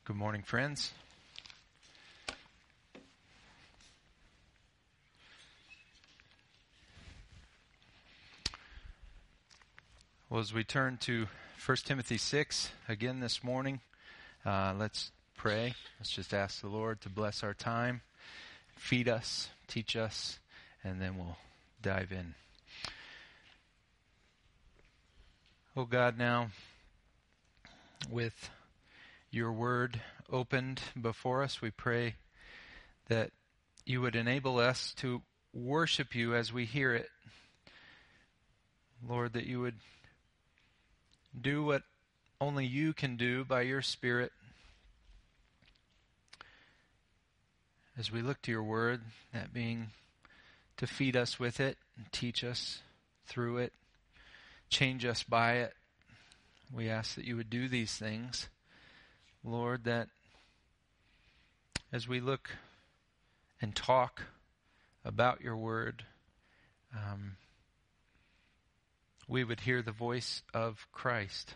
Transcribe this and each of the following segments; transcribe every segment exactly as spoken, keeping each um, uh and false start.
Good morning, friends. Well, as we turn to First Timothy six again this morning, uh, let's pray. Let's just ask the Lord to bless our time, feed us, teach us, and then we'll dive in. Oh God, now with your word opened before us, we pray that you would enable us to worship you as we hear it. Lord, that you would do what only you can do by your Spirit. As we look to your word, that being to feed us with it, and teach us through it, change us by it, we ask that you would do these things. Lord, that as we look and talk about your word, um, we would hear the voice of Christ.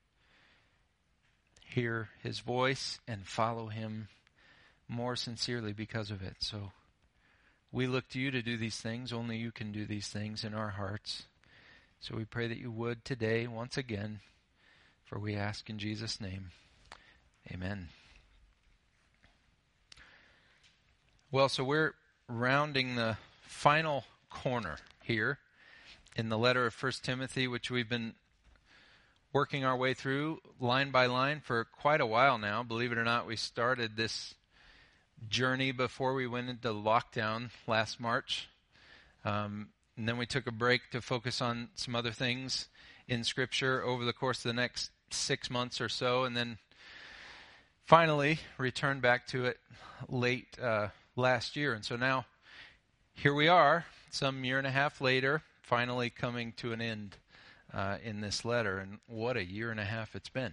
Hear his voice and follow him more sincerely because of it. So we look to you to do these things. Only you can do these things in our hearts. So we pray that you would today, once again, for we ask in Jesus' name. Amen. Well, so we're rounding the final corner here in the letter of First Timothy, which we've been working our way through line by line for quite a while now. Believe it or not, we started this journey before we went into lockdown last March. Um, and then we took a break to focus on some other things in Scripture over the course of the next six months or so. And then finally returned back to it late uh, last year. And so now here we are, some year and a half later, finally coming to an end uh, in this letter. And what a year and a half it's been.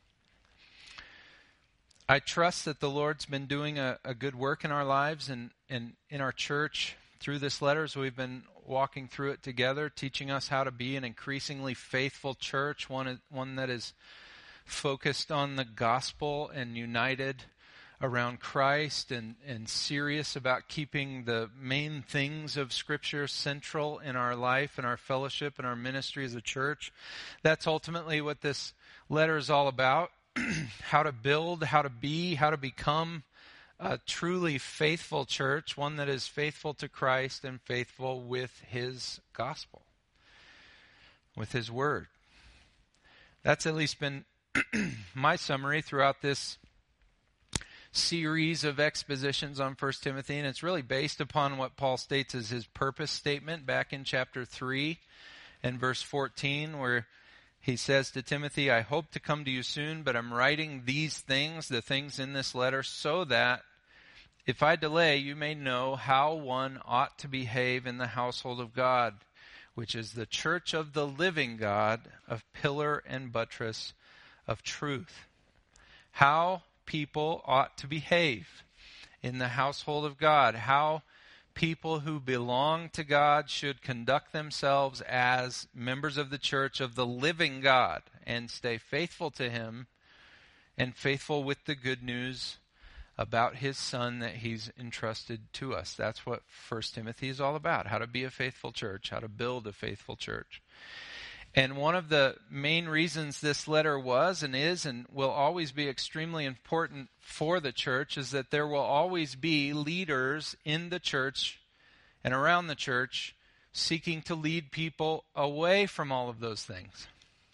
I trust that the Lord's been doing a, a good work in our lives and, and in our church through this letter as we've been walking through it together, teaching us how to be an increasingly faithful church, one, one that is focused on the gospel and united around Christ and, and serious about keeping the main things of Scripture central in our life and our fellowship and our ministry as a church. That's ultimately what this letter is all about. How to build, how to be, how to become a truly faithful church, one that is faithful to Christ and faithful with his gospel, with his word. That's at least been my summary throughout this series of expositions on First Timothy, and it's really based upon what Paul states as his purpose statement back in chapter three and verse fourteen, where he says to Timothy, I hope to come to you soon, but I'm writing these things, the things in this letter, so that if I delay, you may know how one ought to behave in the household of God, which is the church of the living God, of pillar and buttress of truth. How people ought to behave in the household of God. How people who belong to God should conduct themselves as members of the church of the living God and stay faithful to him and faithful with the good news about his Son that he's entrusted to us. That's what First Timothy is all about, how to be a faithful church, how to build a faithful church. And one of the main reasons this letter was and is and will always be extremely important for the church is that there will always be leaders in the church and around the church seeking to lead people away from all of those things.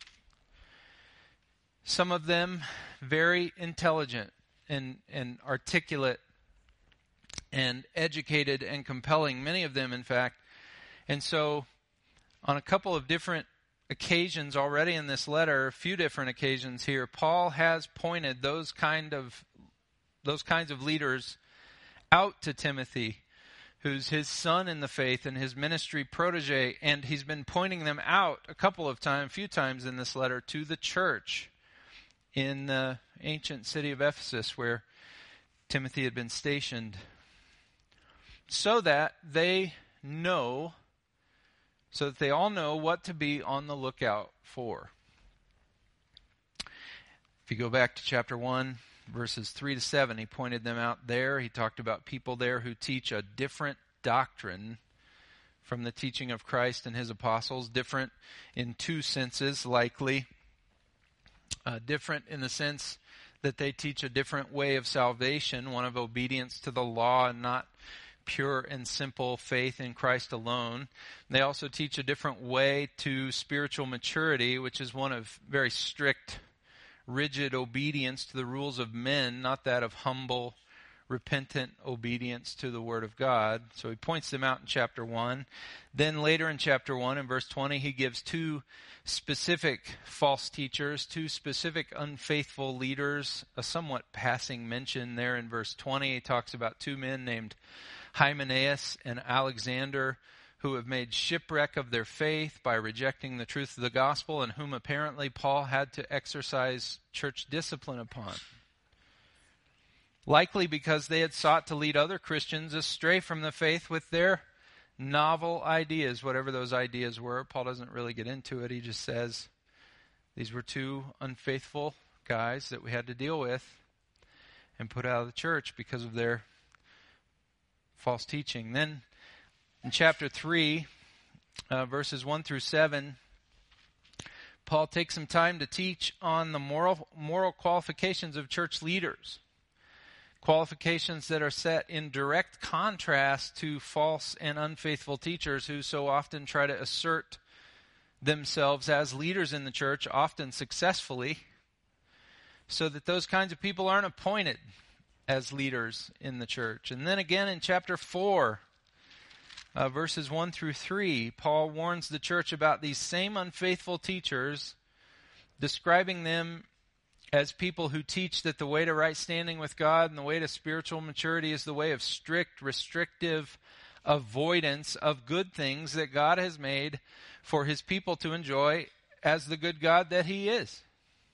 Some of them very intelligent and, and articulate and educated and compelling, many of them in fact. And so on a couple of different occasions already in this letter, a few different occasions here, Paul has pointed those kind of those kinds of leaders out to Timothy, who's his son in the faith and his ministry protege, and he's been pointing them out a couple of times, a few times in this letter to the church in the ancient city of Ephesus where Timothy had been stationed, so that they know So that they all know what to be on the lookout for. If you go back to chapter one, verses three to seven. He pointed them out there. He talked about people there who teach a different doctrine from the teaching of Christ and his apostles. Different in two senses, likely. Uh, different in the sense that they teach a different way of salvation, one of obedience to the law and not pure and simple faith in Christ alone. They also teach a different way to spiritual maturity, which is one of very strict, rigid obedience to the rules of men, not that of humble, repentant obedience to the Word of God. So he points them out in chapter one. Then later in chapter one, in verse twenty, he gives two specific false teachers, two specific unfaithful leaders, a somewhat passing mention there in verse twenty. He talks about two men named Hymenaeus and Alexander, who have made shipwreck of their faith by rejecting the truth of the gospel, and whom apparently Paul had to exercise church discipline upon. Likely because they had sought to lead other Christians astray from the faith with their novel ideas, whatever those ideas were. Paul doesn't really get into it. He just says these were two unfaithful guys that we had to deal with and put out of the church because of their false teaching. Then in chapter three, uh, verses one through seven, Paul takes some time to teach on the moral moral qualifications of church leaders. Qualifications that are set in direct contrast to false and unfaithful teachers who so often try to assert themselves as leaders in the church, often successfully, so that those kinds of people aren't appointed as leaders in the church. And then again in chapter four, uh, verses one through three, Paul warns the church about these same unfaithful teachers, describing them as people who teach that the way to right standing with God and the way to spiritual maturity is the way of strict, restrictive avoidance of good things that God has made for his people to enjoy as the good God that he is.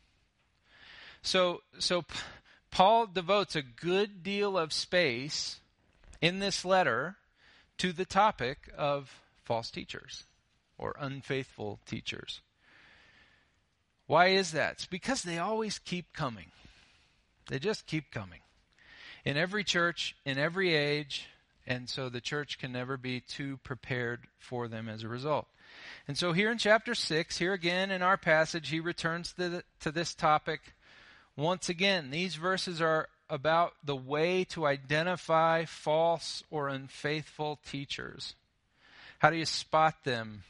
So, so P- Paul devotes a good deal of space in this letter to the topic of false teachers or unfaithful teachers. Why is that? It's because they always keep coming. They just keep coming. In every church, in every age, and so the church can never be too prepared for them as a result. And so here in chapter six, here again in our passage, he returns to, the, to this topic once again. These verses are about the way to identify false or unfaithful teachers. How do you spot them?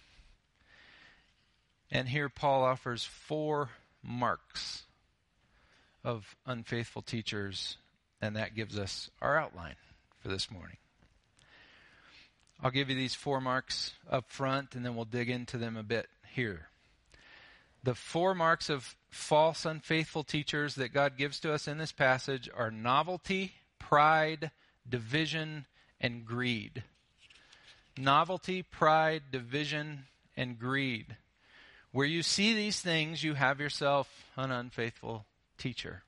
And here Paul offers four marks of unfaithful teachers, and that gives us our outline for this morning. I'll give you these four marks up front, and then we'll dig into them a bit here. The four marks of false, unfaithful teachers that God gives to us in this passage are novelty, pride, division, and greed. Novelty, pride, division, and greed. Where you see these things, you have yourself an unfaithful teacher.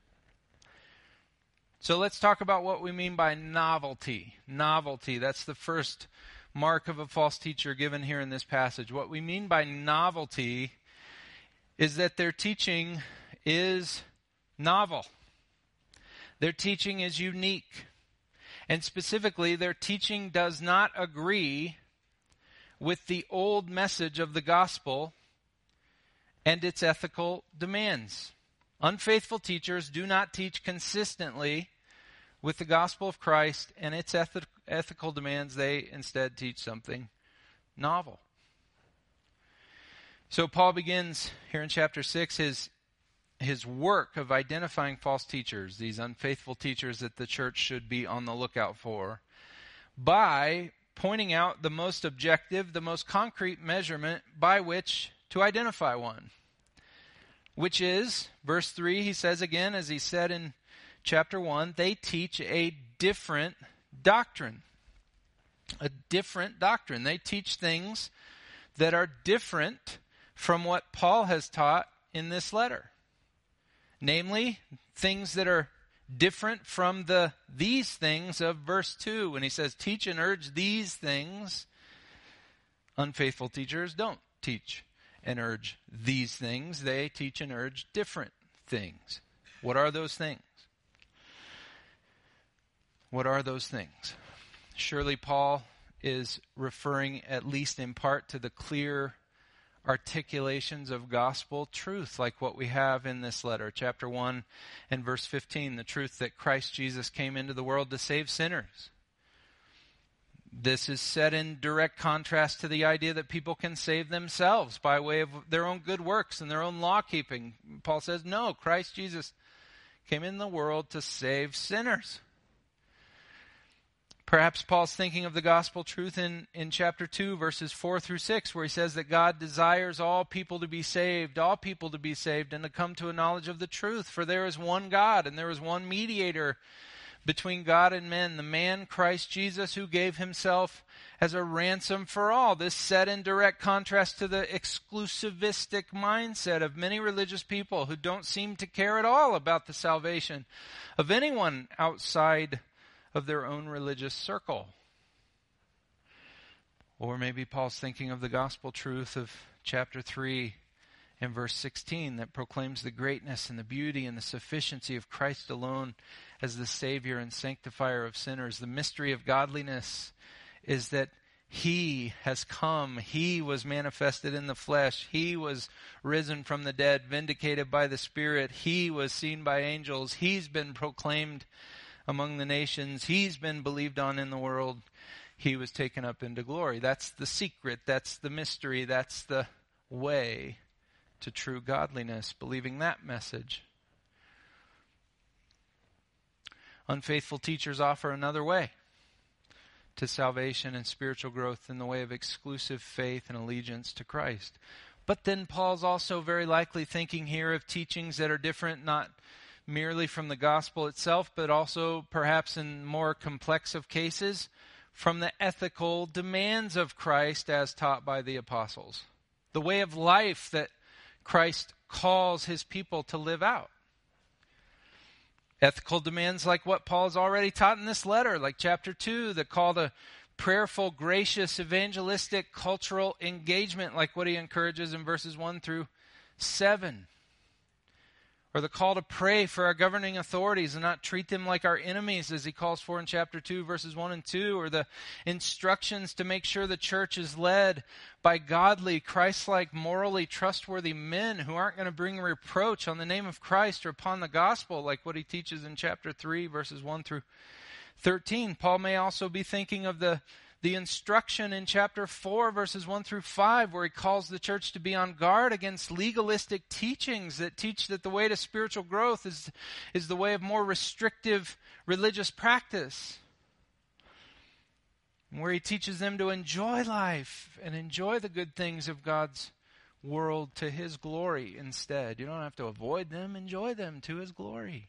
So let's talk about what we mean by novelty. Novelty, that's the first mark of a false teacher given here in this passage. What we mean by novelty is that their teaching is novel. Their teaching is unique. And specifically, their teaching does not agree with the old message of the gospel and its ethical demands. Unfaithful teachers do not teach consistently with the gospel of Christ and its eth- ethical demands. They instead teach something novel. So Paul begins here in chapter six his, his work of identifying false teachers, these unfaithful teachers that the church should be on the lookout for, by pointing out the most objective, the most concrete measurement by which to identify one, which is, verse three, he says again, as he said in chapter one, they teach a different doctrine. A different doctrine. They teach things that are different from what Paul has taught in this letter. Namely, things that are different from the these things of verse two. When he says, teach and urge these things, unfaithful teachers don't teach and urge these things. They teach and urge different things. What are those things? What are those things? Surely Paul is referring at least in part to the clear articulations of gospel truth, like what we have in this letter, chapter one and verse fifteen, the truth that Christ Jesus came into the world to save sinners. This is set in direct contrast to the idea that people can save themselves by way of their own good works and their own law keeping. Paul says, no, Christ Jesus came in the world to save sinners. Perhaps Paul's thinking of the gospel truth in, in chapter two, verses four through six, where he says that God desires all people to be saved, all people to be saved, and to come to a knowledge of the truth. For there is one God, and there is one mediator between God and men, the man Christ Jesus, who gave himself as a ransom for all. This set in direct contrast to the exclusivistic mindset of many religious people who don't seem to care at all about the salvation of anyone outside of their own religious circle. Or maybe Paul's thinking of the gospel truth of chapter three and verse sixteen that proclaims the greatness and the beauty and the sufficiency of Christ alone as the Savior and sanctifier of sinners. The mystery of godliness is that He has come. He was manifested in the flesh. He was risen from the dead, vindicated by the Spirit. He was seen by angels. He's been proclaimed among the nations. He's been believed on in the world. He was taken up into glory. That's the secret. That's the mystery. That's the way to true godliness, believing that message. Unfaithful teachers offer another way to salvation and spiritual growth in the way of exclusive faith and allegiance to Christ. But then Paul's also very likely thinking here of teachings that are different, not merely from the gospel itself, but also perhaps in more complex of cases, from the ethical demands of Christ as taught by the apostles. The way of life that Christ calls his people to live out. Ethical demands like what Paul's already taught in this letter, like chapter two, the call to prayerful, gracious, evangelistic, cultural engagement, like what he encourages in verses one through seven. Or the call to pray for our governing authorities and not treat them like our enemies, as he calls for in chapter two, verses one and two. Or the instructions to make sure the church is led by godly, Christ-like, morally trustworthy men who aren't going to bring reproach on the name of Christ or upon the gospel, like what he teaches in chapter three, verses one through thirteen. Paul may also be thinking of the The instruction in chapter four, verses one through five, where he calls the church to be on guard against legalistic teachings that teach that the way to spiritual growth is, is the way of more restrictive religious practice. And where he teaches them to enjoy life and enjoy the good things of God's world to his glory instead. You don't have to avoid them, enjoy them to his glory.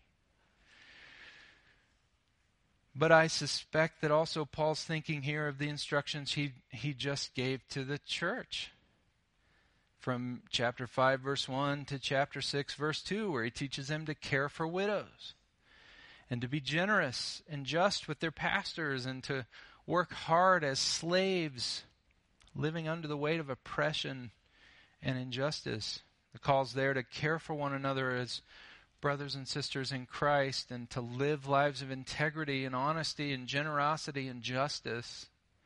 But I suspect that also Paul's thinking here of the instructions he, he just gave to the church. From chapter five, verse one to chapter six, verse two, where he teaches them to care for widows and to be generous and just with their pastors and to work hard as slaves, living under the weight of oppression and injustice. The call's there to care for one another as brothers and sisters in Christ and to live lives of integrity and honesty and generosity and justice.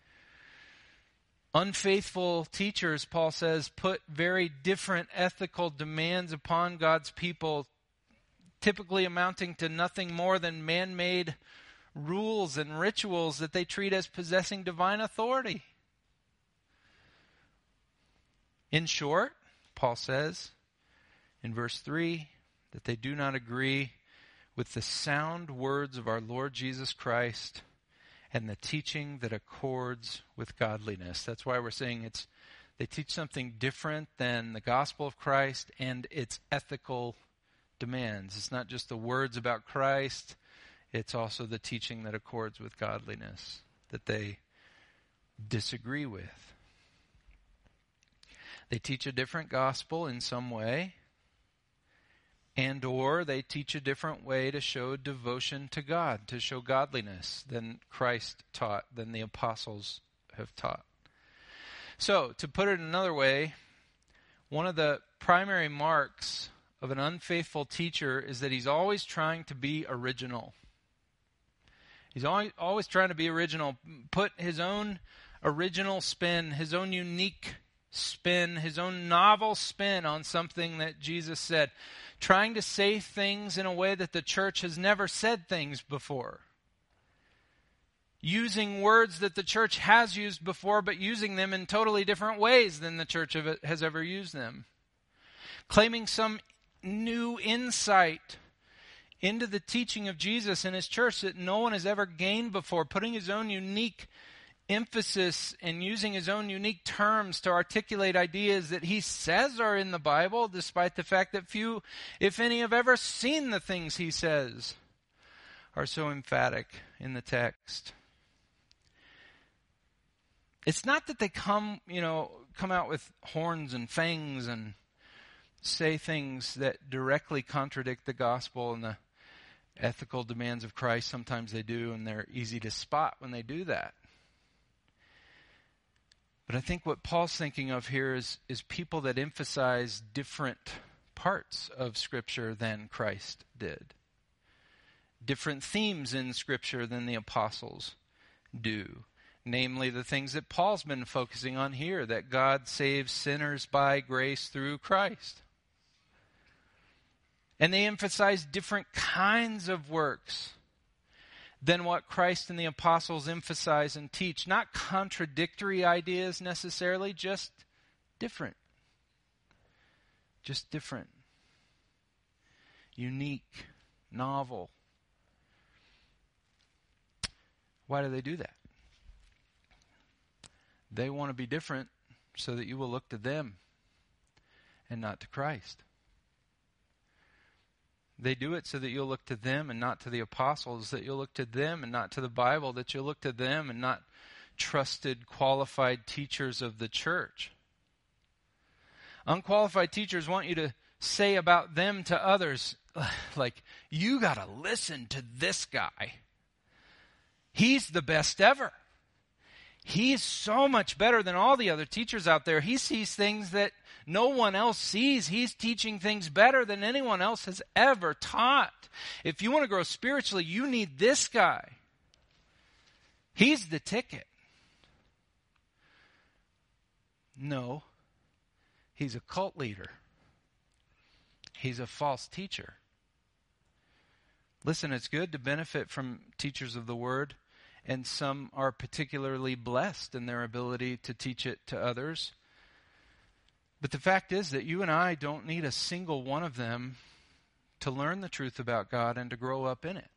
Unfaithful teachers, Paul says, put very different ethical demands upon God's people, typically amounting to nothing more than man-made rules and rituals that they treat as possessing divine authority. In short, Paul says in verse three, that they do not agree with the sound words of our Lord Jesus Christ and the teaching that accords with godliness. That's why we're saying it's they teach something different than the gospel of Christ and its ethical demands. It's not just the words about Christ, it's also the teaching that accords with godliness that they disagree with. They teach a different gospel in some way, and or they teach a different way to show devotion to God, to show godliness than Christ taught, than the apostles have taught. So, to put it another way, one of the primary marks of an unfaithful teacher is that he's always trying to be original. He's always, always trying to be original, put his own original spin, his own unique spin, his own novel spin on something that Jesus said, trying to say things in a way that the church has never said things before. Using words that the church has used before, but using them in totally different ways than the church has ever used them. Claiming some new insight into the teaching of Jesus and his church that no one has ever gained before, putting his own unique emphasis and using his own unique terms to articulate ideas that he says are in the Bible, despite the fact that few, if any, have ever seen the things he says are so emphatic in the text. It's not that they come, you know, come out with horns and fangs and say things that directly contradict the gospel and the ethical demands of Christ. Sometimes they do, and they're easy to spot when they do that. But I think what Paul's thinking of here is, is people that emphasize different parts of Scripture than Christ did. Different themes in Scripture than the apostles do. Namely, the things that Paul's been focusing on here, that God saves sinners by grace through Christ. And they emphasize different kinds of works than what Christ and the apostles emphasize and teach. Not contradictory ideas necessarily, just different. Just different. Unique. Novel. Why do they do that? They want to be different so that you will look to them and not to Christ. They do it so that you'll look to them and not to the apostles, that you'll look to them and not to the Bible, that you'll look to them and not trusted, qualified teachers of the church. Unqualified teachers want you to say about them to others, like, you got to listen to this guy. He's the best ever. He's so much better than all the other teachers out there. He sees things that no one else sees. He's teaching things better than anyone else has ever taught. If you want to grow spiritually, you need this guy. He's the ticket. No, he's a cult leader. He's a false teacher. Listen, it's good to benefit from teachers of the word. And some are particularly blessed in their ability to teach it to others. But the fact is that you and I don't need a single one of them to learn the truth about God and to grow up in it.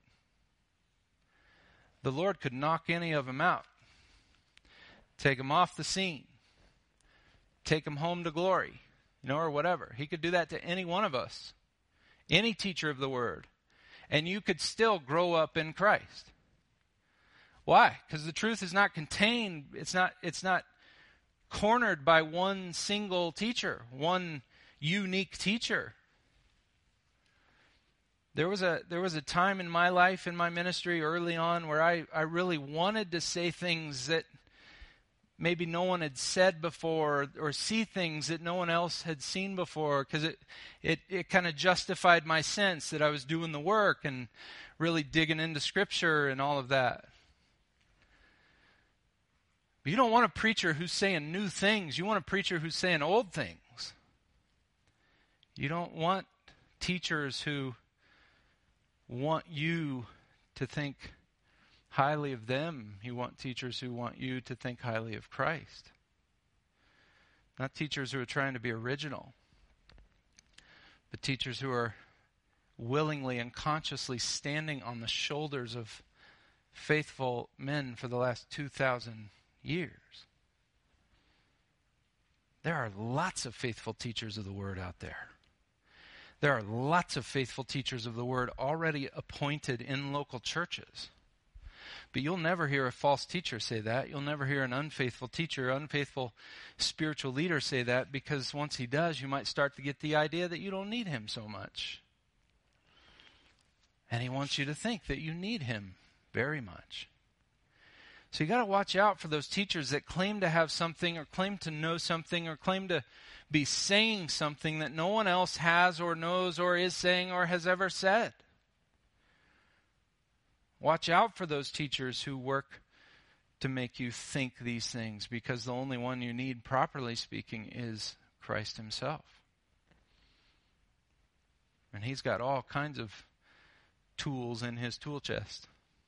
The Lord could knock any of them out. Take them off the scene. Take them home to glory. You know, or whatever. He could do that to any one of us. Any teacher of the word. And you could still grow up in Christ. Why? Because the truth is not contained, it's not, it's not cornered by one single teacher, one unique teacher. There was a there was a time in my life, in my ministry early on, where I, I really wanted to say things that maybe no one had said before, or see things that no one else had seen before, because it, it, it kind of justified my sense that I was doing the work and really digging into Scripture and all of that. But you don't want a preacher who's saying new things. You want a preacher who's saying old things. You don't want teachers who want you to think highly of them. You want teachers who want you to think highly of Christ. Not teachers who are trying to be original, but teachers who are willingly and consciously standing on the shoulders of faithful men for the last two thousand years. There are lots of faithful teachers of the word out there. There are lots of faithful teachers of the word already appointed in local churches. But you'll never hear a false teacher say that. You'll never hear an unfaithful teacher, unfaithful spiritual leader say that, because once he does, you might start to get the idea that you don't need him so much. And he wants you to think that you need him very much. So you got to watch out for those teachers that claim to have something, or claim to know something, or claim to be saying something that no one else has or knows or is saying or has ever said. Watch out for those teachers who work to make you think these things, because the only one you need, properly speaking, is Christ himself. And he's got all kinds of tools in his tool chest.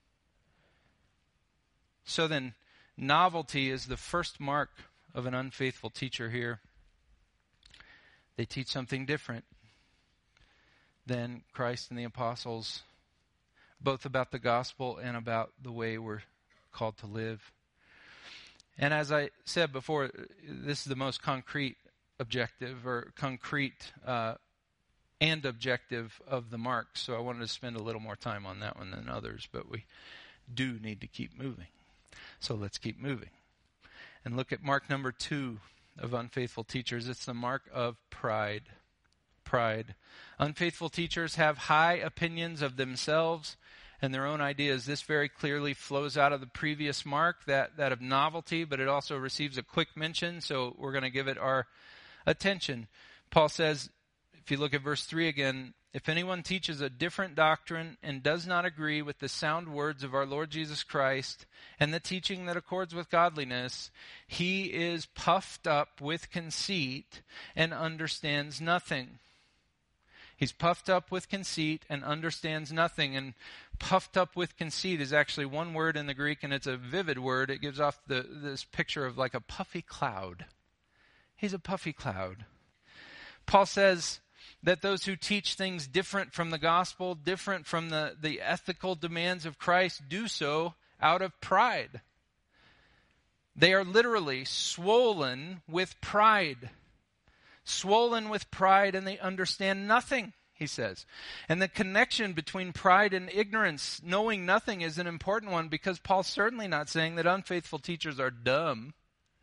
So then, novelty is the first mark of an unfaithful teacher here. They teach something different than Christ and the apostles, both about the gospel and about the way we're called to live. And as I said before, this is the most concrete objective, or concrete uh, and objective of the mark. So I wanted to spend a little more time on that one than others, but we do need to keep moving. So let's keep moving. And look at mark number two of unfaithful teachers. It's the mark of pride. Pride. Unfaithful teachers have high opinions of themselves and their own ideas. This very clearly flows out of the previous mark, that, that of novelty, but it also receives a quick mention, so we're going to give it our attention. Paul says, if you look at verse three again, if anyone teaches a different doctrine and does not agree with the sound words of our Lord Jesus Christ and the teaching that accords with godliness, he is puffed up with conceit and understands nothing. He's puffed up with conceit and understands nothing. And puffed up with conceit is actually one word in the Greek, and it's a vivid word. It gives off the, this picture of like a puffy cloud. He's a puffy cloud. Paul says that those who teach things different from the gospel, different from the, the ethical demands of Christ, do so out of pride. They are literally swollen with pride. Swollen with pride, and they understand nothing, he says. And the connection between pride and ignorance, knowing nothing, is an important one, because Paul's certainly not saying that unfaithful teachers are dumb.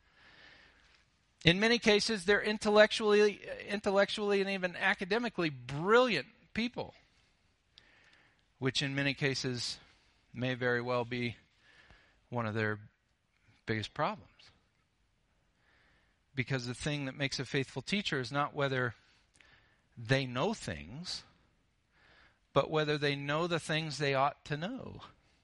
In many cases, they're intellectually, intellectually and even academically brilliant people, which in many cases may very well be one of their biggest problems. Because the thing that makes a faithful teacher is not whether they know things, but whether they know the things they ought to know.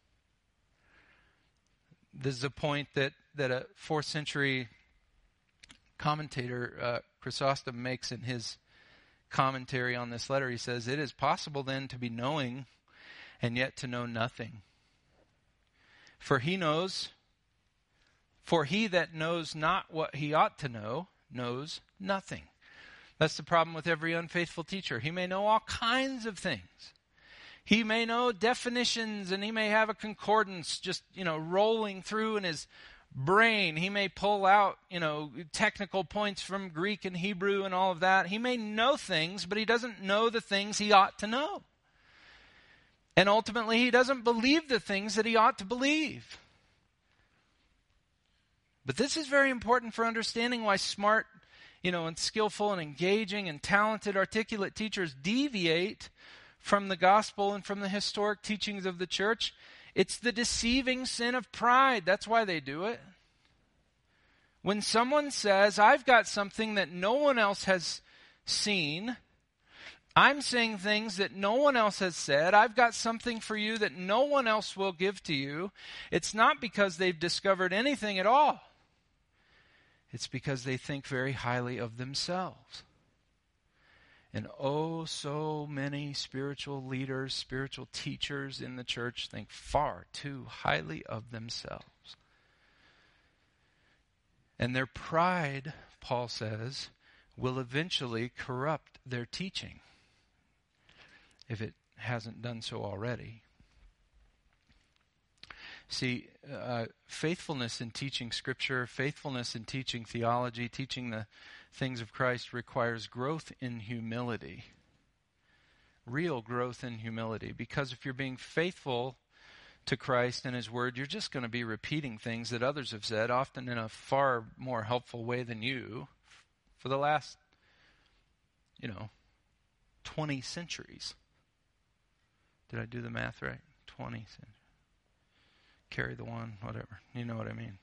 This is a point that, that a fourth century commentator, uh, Chrysostom, makes in his commentary on this letter. He says, it is possible then to be knowing and yet to know nothing. For he knows, for he that knows not what he ought to know, knows nothing. That's the problem with every unfaithful teacher. He may know all kinds of things. He may know definitions, and he may have a concordance just, you know, rolling through in his brain. He may pull out, you know, technical points from Greek and Hebrew and all of that. He may know things, but he doesn't know the things he ought to know. And ultimately, he doesn't believe the things that he ought to believe. But this is very important for understanding why smart, you know, and skillful and engaging and talented, articulate teachers deviate from the gospel and from the historic teachings of the church. It's the deceiving sin of pride. That's why they do it. When someone says, I've got something that no one else has seen, I'm saying things that no one else has said, I've got something for you that no one else will give to you, it's not because they've discovered anything at all. It's because they think very highly of themselves. And oh, so many spiritual leaders, spiritual teachers in the church think far too highly of themselves. And their pride, Paul says, will eventually corrupt their teaching, if it hasn't done so already. See, uh, faithfulness in teaching Scripture, faithfulness in teaching theology, teaching the things of Christ requires growth in humility. Real growth in humility. Because if you're being faithful to Christ and His Word, you're just going to be repeating things that others have said, often in a far more helpful way than you, for the last, you know, twenty centuries. Did I do the math right? twenty centuries. Carry the one, whatever. You know what I mean.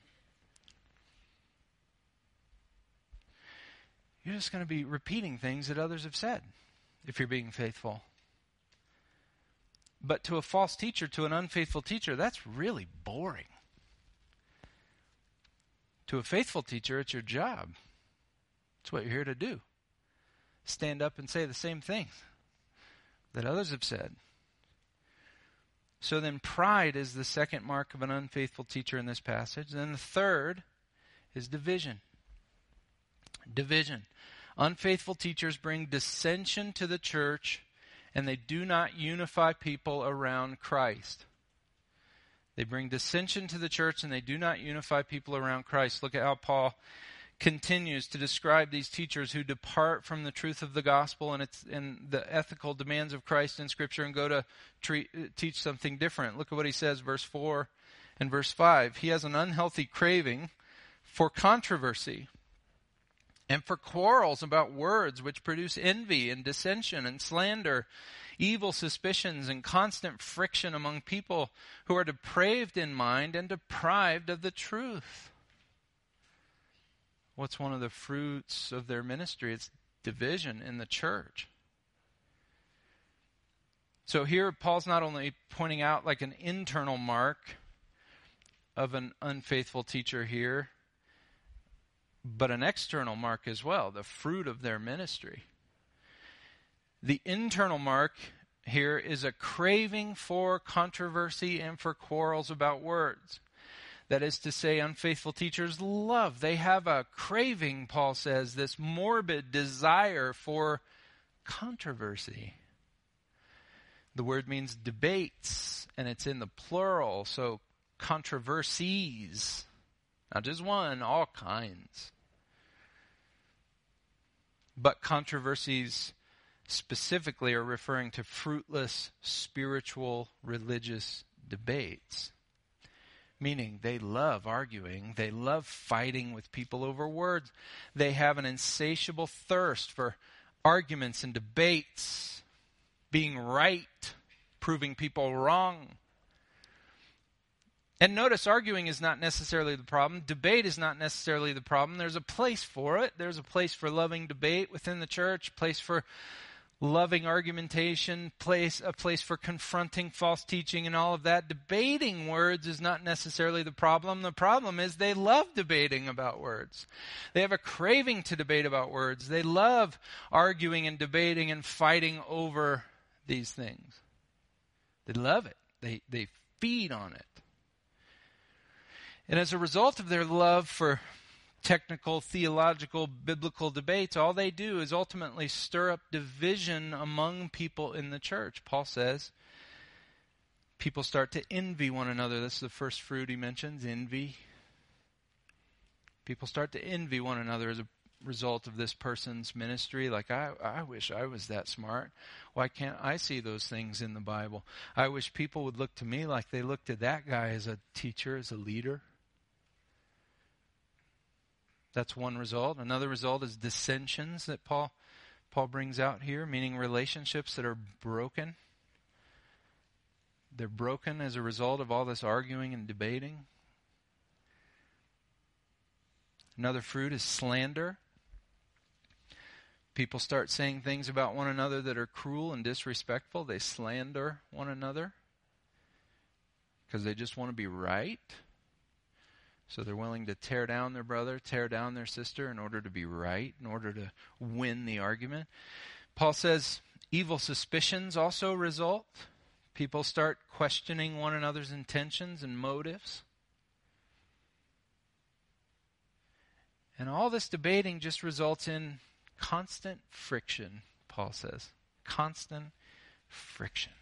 You're just going to be repeating things that others have said if you're being faithful. But to a false teacher, to an unfaithful teacher, that's really boring. To a faithful teacher, it's your job. It's what you're here to do. Stand up and say the same things that others have said. So then pride is the second mark of an unfaithful teacher in this passage. And then the third is division. Division. Unfaithful teachers bring dissension to the church, and they do not unify people around Christ. They bring dissension to the church, and they do not unify people around Christ. Look at how Paul continues to describe these teachers who depart from the truth of the gospel and its and the ethical demands of Christ in Scripture and go to treat, teach something different. Look at what he says, verse four and verse five. He has an unhealthy craving for controversy and for quarrels about words, which produce envy and dissension and slander, evil suspicions and constant friction among people who are depraved in mind and deprived of the truth. What's one of the fruits of their ministry? It's division in the church. So here Paul's not only pointing out like an internal mark of an unfaithful teacher here, but an external mark as well, the fruit of their ministry. The internal mark here is a craving for controversy and for quarrels about words. That is to say, unfaithful teachers love. They have a craving, Paul says, this morbid desire for controversy. The word means debates, and it's in the plural, so controversies. Not just one, all kinds. But controversies specifically are referring to fruitless spiritual religious debates. Meaning they love arguing. They love fighting with people over words. They have an insatiable thirst for arguments and debates, being right, proving people wrong. And notice, arguing is not necessarily the problem. Debate is not necessarily the problem. There's a place for it. There's a place for loving debate within the church, place for loving argumentation, place a place for confronting false teaching and all of that. Debating words is not necessarily the problem. The problem is they love debating about words. They have a craving to debate about words. They love arguing and debating and fighting over these things. They love it. They they feed on it. And as a result of their love for technical, theological, biblical debates, all they do is ultimately stir up division among people in the church. Paul says people start to envy one another. This is the first fruit he mentions, envy. People start to envy one another as a result of this person's ministry. Like, I, I wish I was that smart. Why can't I see those things in the Bible? I wish people would look to me like they look to that guy as a teacher, as a leader. That's one result. Another result is dissensions that Paul Paul brings out here, meaning relationships that are broken. They're broken as a result of all this arguing and debating. Another fruit is slander. People start saying things about one another that are cruel and disrespectful. They slander one another because they just want to be right. So they're willing to tear down their brother, tear down their sister in order to be right, in order to win the argument. Paul says evil suspicions also result. People start questioning one another's intentions and motives. And all this debating just results in constant friction, Paul says. Constant friction.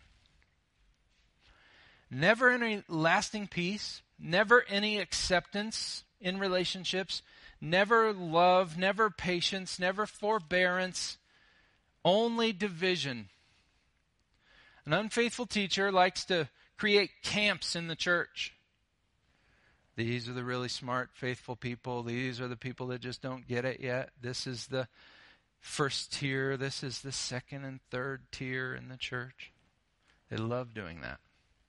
Never any lasting peace. Never any acceptance in relationships, never love, never patience, never forbearance, only division. An unfaithful teacher likes to create camps in the church. These are the really smart, faithful people. These are the people that just don't get it yet. This is the first tier. This is the second and third tier in the church. They love doing that.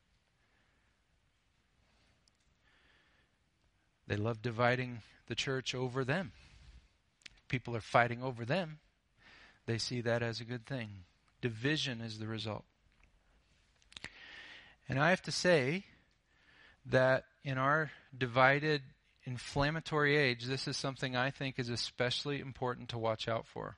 They love dividing the church over them. People are fighting over them. They see that as a good thing. Division is the result. And I have to say that in our divided, inflammatory age, this is something I think is especially important to watch out for.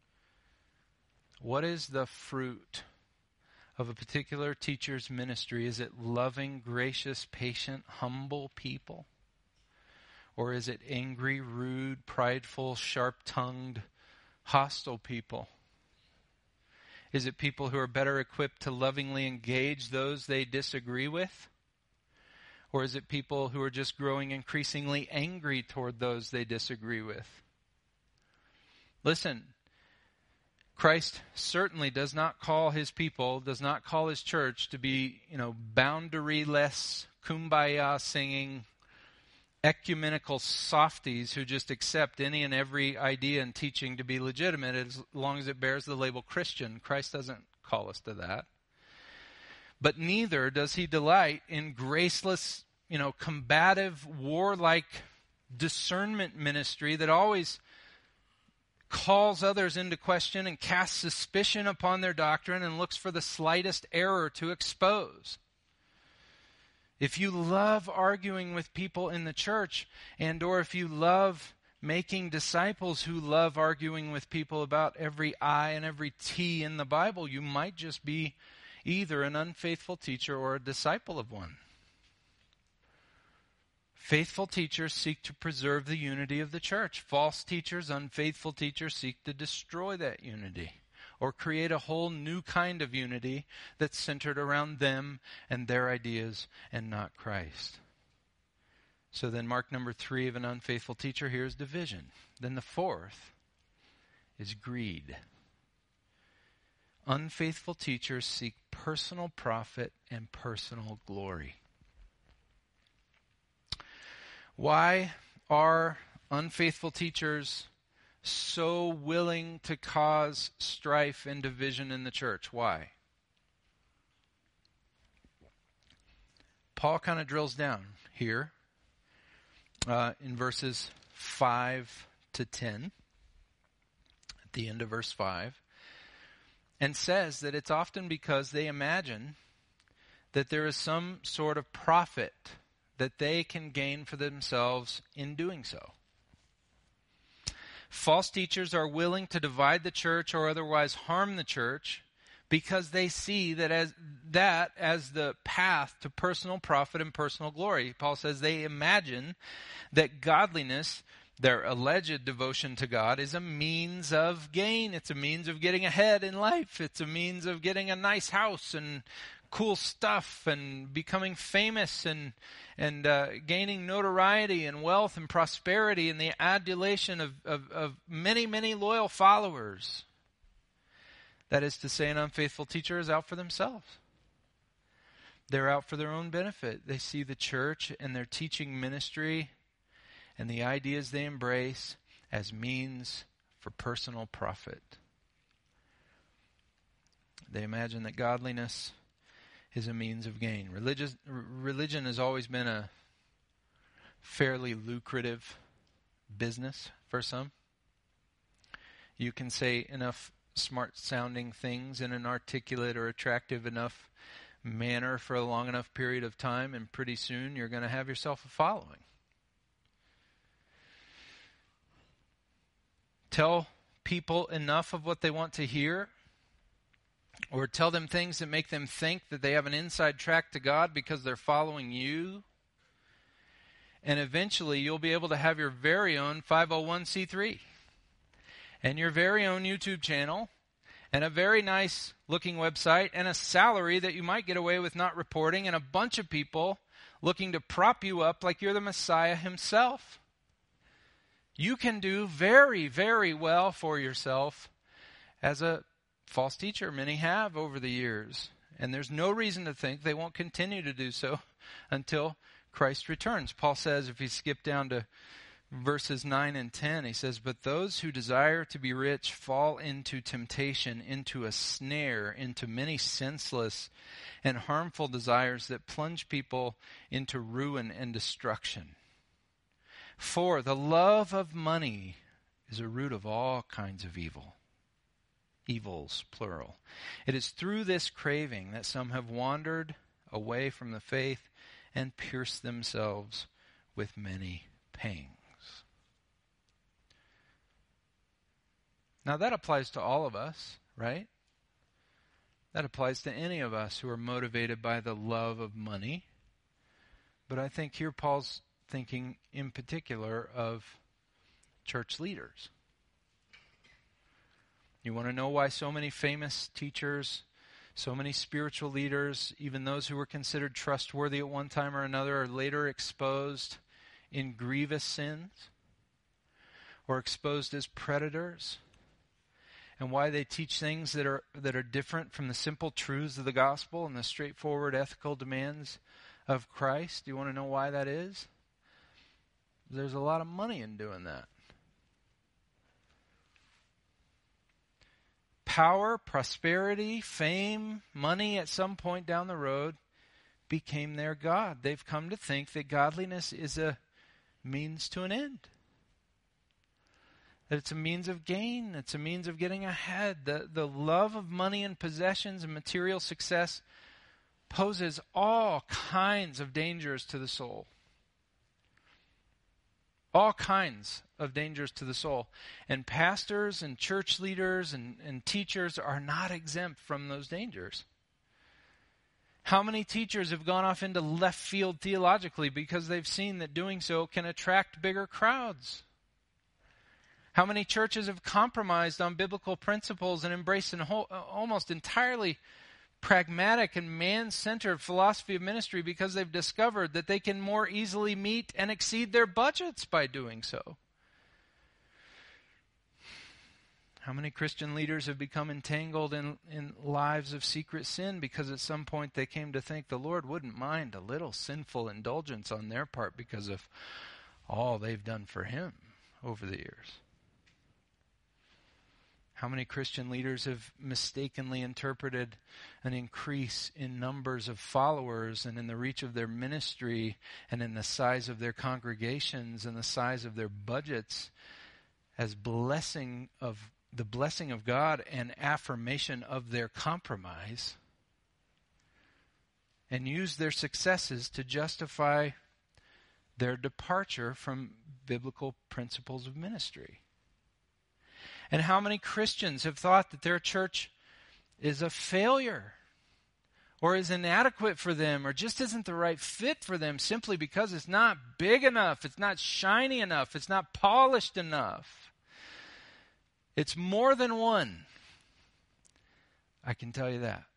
What is the fruit of a particular teacher's ministry? Is it loving, gracious, patient, humble people? Or is it angry, rude, prideful, sharp-tongued, hostile people? Is it people who are better equipped to lovingly engage those they disagree with? Or is it people who are just growing increasingly angry toward those they disagree with? Listen, Christ certainly does not call his people, does not call his church to be, you know, boundary-less, kumbaya singing, ecumenical softies who just accept any and every idea and teaching to be legitimate as long as it bears the label Christian. Christ doesn't call us to that. But neither does he delight in graceless, you know, combative, warlike discernment ministry that always calls others into question and casts suspicion upon their doctrine and looks for the slightest error to expose. If you love arguing with people in the church, and or if you love making disciples who love arguing with people about every I and every T in the Bible, you might just be either an unfaithful teacher or a disciple of one. Faithful teachers seek to preserve the unity of the church. False teachers, unfaithful teachers seek to destroy that unity or create a whole new kind of unity that's centered around them and their ideas and not Christ. So then mark number three of an unfaithful teacher here is division. Then the fourth is greed. Unfaithful teachers seek personal profit and personal glory. Why are unfaithful teachers so willing to cause strife and division in the church? Why? Paul kind of drills down here uh, in verses five to ten, at the end of verse five, and says that it's often because they imagine that there is some sort of profit that they can gain for themselves in doing so. False teachers are willing to divide the church or otherwise harm the church because they see that as that as the path to personal profit and personal glory. Paul says they imagine that godliness, their alleged devotion to God, is a means of gain. It's a means of getting ahead in life. It's a means of getting a nice house and cool stuff and becoming famous and and uh, gaining notoriety and wealth and prosperity and the adulation of, of, of many, many loyal followers. That is to say, an unfaithful teacher is out for themselves. They're out for their own benefit. They see the church and their teaching ministry and the ideas they embrace as means for personal profit. They imagine that godliness is a means of gain. Religious, r- religion has always been a fairly lucrative business for some. You can say enough smart-sounding things in an articulate or attractive enough manner for a long enough period of time, and pretty soon you're going to have yourself a following. Tell people enough of what they want to hear, or tell them things that make them think that they have an inside track to God because they're following you. And eventually you'll be able to have your very own five oh one c three and your very own YouTube channel and a very nice looking website and a salary that you might get away with not reporting and a bunch of people looking to prop you up like you're the Messiah himself. You can do very, very well for yourself as a false teacher. Many have over the years. And there's no reason to think they won't continue to do so until Christ returns. Paul says, if you skip down to verses nine and ten, he says, but those who desire to be rich fall into temptation, into a snare, into many senseless and harmful desires that plunge people into ruin and destruction. For the love of money is a root of all kinds of evil. Evils, plural. It is through this craving that some have wandered away from the faith and pierced themselves with many pangs. Now that applies to all of us, right? That applies to any of us who are motivated by the love of money. But I think here Paul's thinking in particular of church leaders. You want to know why so many famous teachers, so many spiritual leaders, even those who were considered trustworthy at one time or another, are later exposed in grievous sins or exposed as predators? And why they teach things that are that are different from the simple truths of the gospel and the straightforward ethical demands of Christ? Do you want to know why that is? There's a lot of money in doing that. Power, prosperity, fame, money at some point down the road became their God. They've come to think that godliness is a means to an end. That it's a means of gain. It's a means of getting ahead. The, the love of money and possessions and material success poses all kinds of dangers to the soul. All kinds of dangers to the soul. And pastors and church leaders and, and teachers are not exempt from those dangers. How many teachers have gone off into left field theologically because they've seen that doing so can attract bigger crowds? How many churches have compromised on biblical principles and embraced an whole, almost entirely pragmatic and man-centered philosophy of ministry because they've discovered that they can more easily meet and exceed their budgets by doing so? How many Christian leaders have become entangled in, in lives of secret sin because at some point they came to think the Lord wouldn't mind a little sinful indulgence on their part because of all they've done for Him over the years? How many Christian leaders have mistakenly interpreted an increase in numbers of followers and in the reach of their ministry and in the size of their congregations and the size of their budgets as blessing of the blessing of God and affirmation of their compromise, and used their successes to justify their departure from biblical principles of ministry? And how many Christians have thought that their church is a failure or is inadequate for them or just isn't the right fit for them simply because it's not big enough, it's not shiny enough, it's not polished enough? It's more than one. I can tell you that,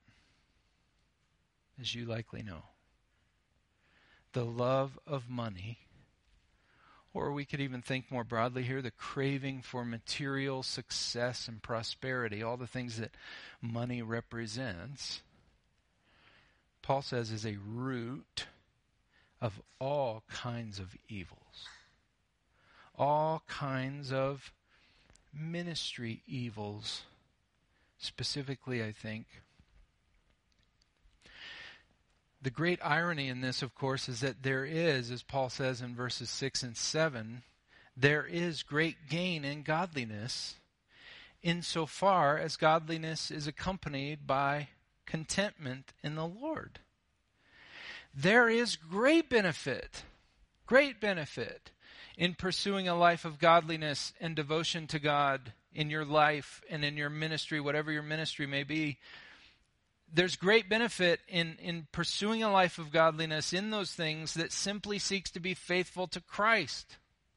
as you likely know. The love of money, or we could even think more broadly here, the craving for material success and prosperity, all the things that money represents, Paul says is a root of all kinds of evils. All kinds of ministry evils, specifically, I think. The great irony in this, of course, is that there is, as Paul says in verses six and seven, there is great gain in godliness insofar as godliness is accompanied by contentment in the Lord. There is great benefit, great benefit in pursuing a life of godliness and devotion to God in your life and in your ministry, whatever your ministry may be. There's great benefit in, in pursuing a life of godliness in those things that simply seeks to be faithful to Christ.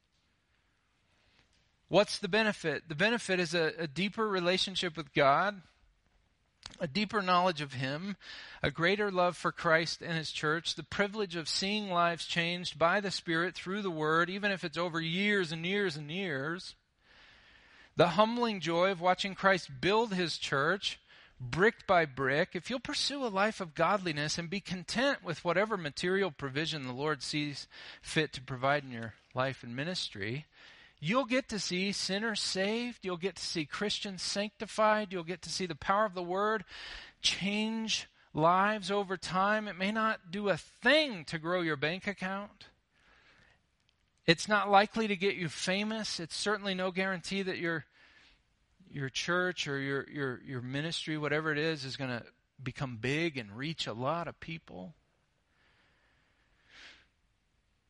What's the benefit? The benefit is a, a deeper relationship with God, a deeper knowledge of Him, a greater love for Christ and His church, the privilege of seeing lives changed by the Spirit through the Word, even if it's over years and years and years, the humbling joy of watching Christ build His church, brick by brick. If you'll pursue a life of godliness and be content with whatever material provision the Lord sees fit to provide in your life and ministry, you'll get to see sinners saved. You'll get to see Christians sanctified. You'll get to see the power of the Word change lives over time. It may not do a thing to grow your bank account. It's not likely to get you famous. It's certainly no guarantee that your your church or your, your, your ministry, whatever it is, is going to become big and reach a lot of people.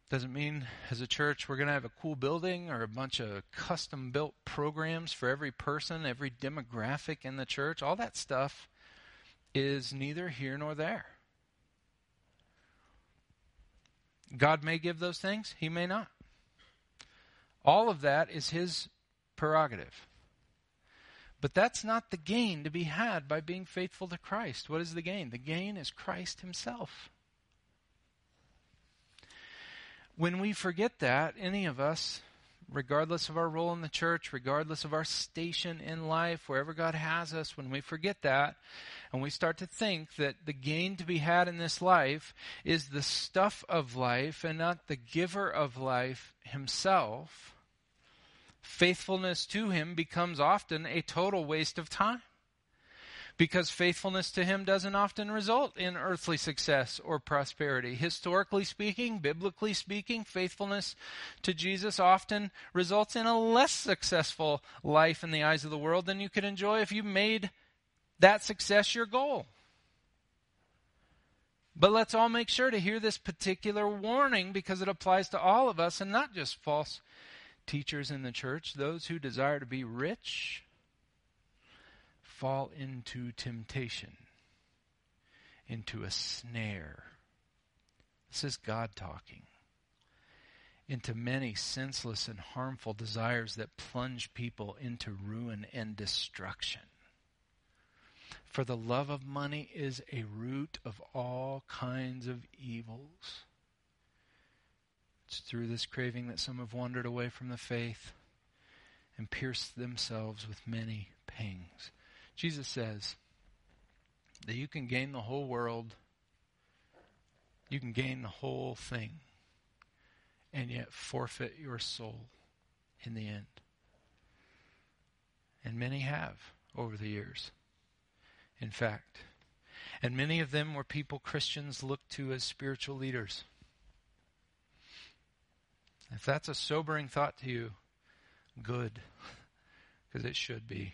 Doesn't mean as a church we're going to have a cool building or a bunch of custom-built programs for every person, every demographic in the church. All that stuff is neither here nor there. God may give those things. He may not. All of that is His prerogative. But that's not the gain to be had by being faithful to Christ. What is the gain? The gain is Christ Himself. When we forget that, any of us, regardless of our role in the church, regardless of our station in life, wherever God has us, when we forget that and we start to think that the gain to be had in this life is the stuff of life and not the giver of life Himself, faithfulness to Him becomes often a total waste of time. Because faithfulness to Him doesn't often result in earthly success or prosperity. Historically speaking, biblically speaking, faithfulness to Jesus often results in a less successful life in the eyes of the world than you could enjoy if you made that success your goal. But let's all make sure to hear this particular warning because it applies to all of us and not just false teachers in the church. Those who desire to be rich fall into temptation, into a snare. This is God talking. Into many senseless and harmful desires that plunge people into ruin and destruction. For the love of money is a root of all kinds of evils. It's through this craving that some have wandered away from the faith and pierced themselves with many pangs. Jesus says that you can gain the whole world, you can gain the whole thing, and yet forfeit your soul in the end. And many have over the years, in fact. And many of them were people Christians looked to as spiritual leaders. If that's a sobering thought to you, good, because it should be.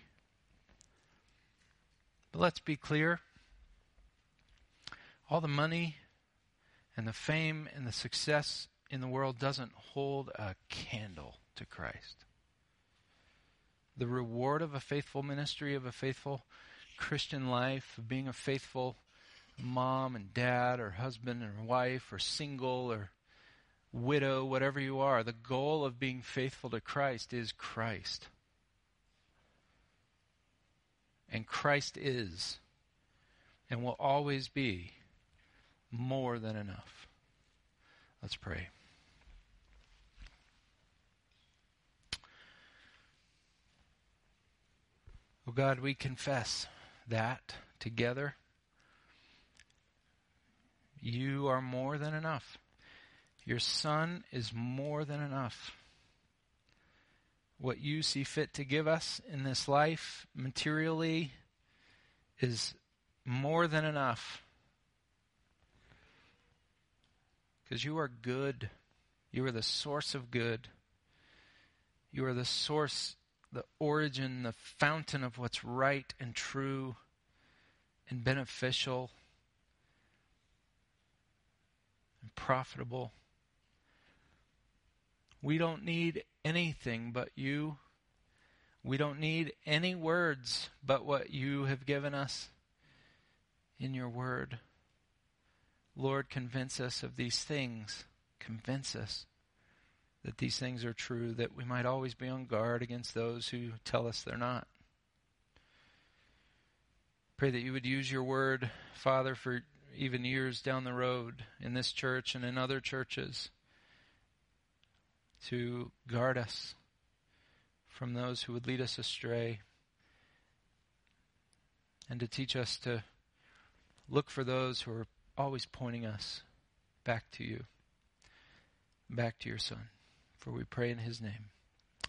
But let's be clear. All the money and the fame and the success in the world doesn't hold a candle to Christ. The reward of a faithful ministry, of a faithful Christian life, of being a faithful mom and dad or husband or wife or single or widow, whatever you are, the goal of being faithful to Christ is Christ. And Christ is and will always be more than enough. Let's pray. Oh God, we confess that together. You are more than enough. Your Son is more than enough. What you see fit to give us in this life materially is more than enough. Because you are good. You are the source of good. You are the source, the origin, the fountain of what's right and true and beneficial and profitable. We don't need anything but you. We don't need any words but what you have given us in your word. Lord, convince us of these things. Convince us that these things are true, that we might always be on guard against those who tell us they're not. Pray that you would use your word, Father, for even years down the road in this church and in other churches, to guard us from those who would lead us astray, and to teach us to look for those who are always pointing us back to you, back to your Son. For we pray in his name.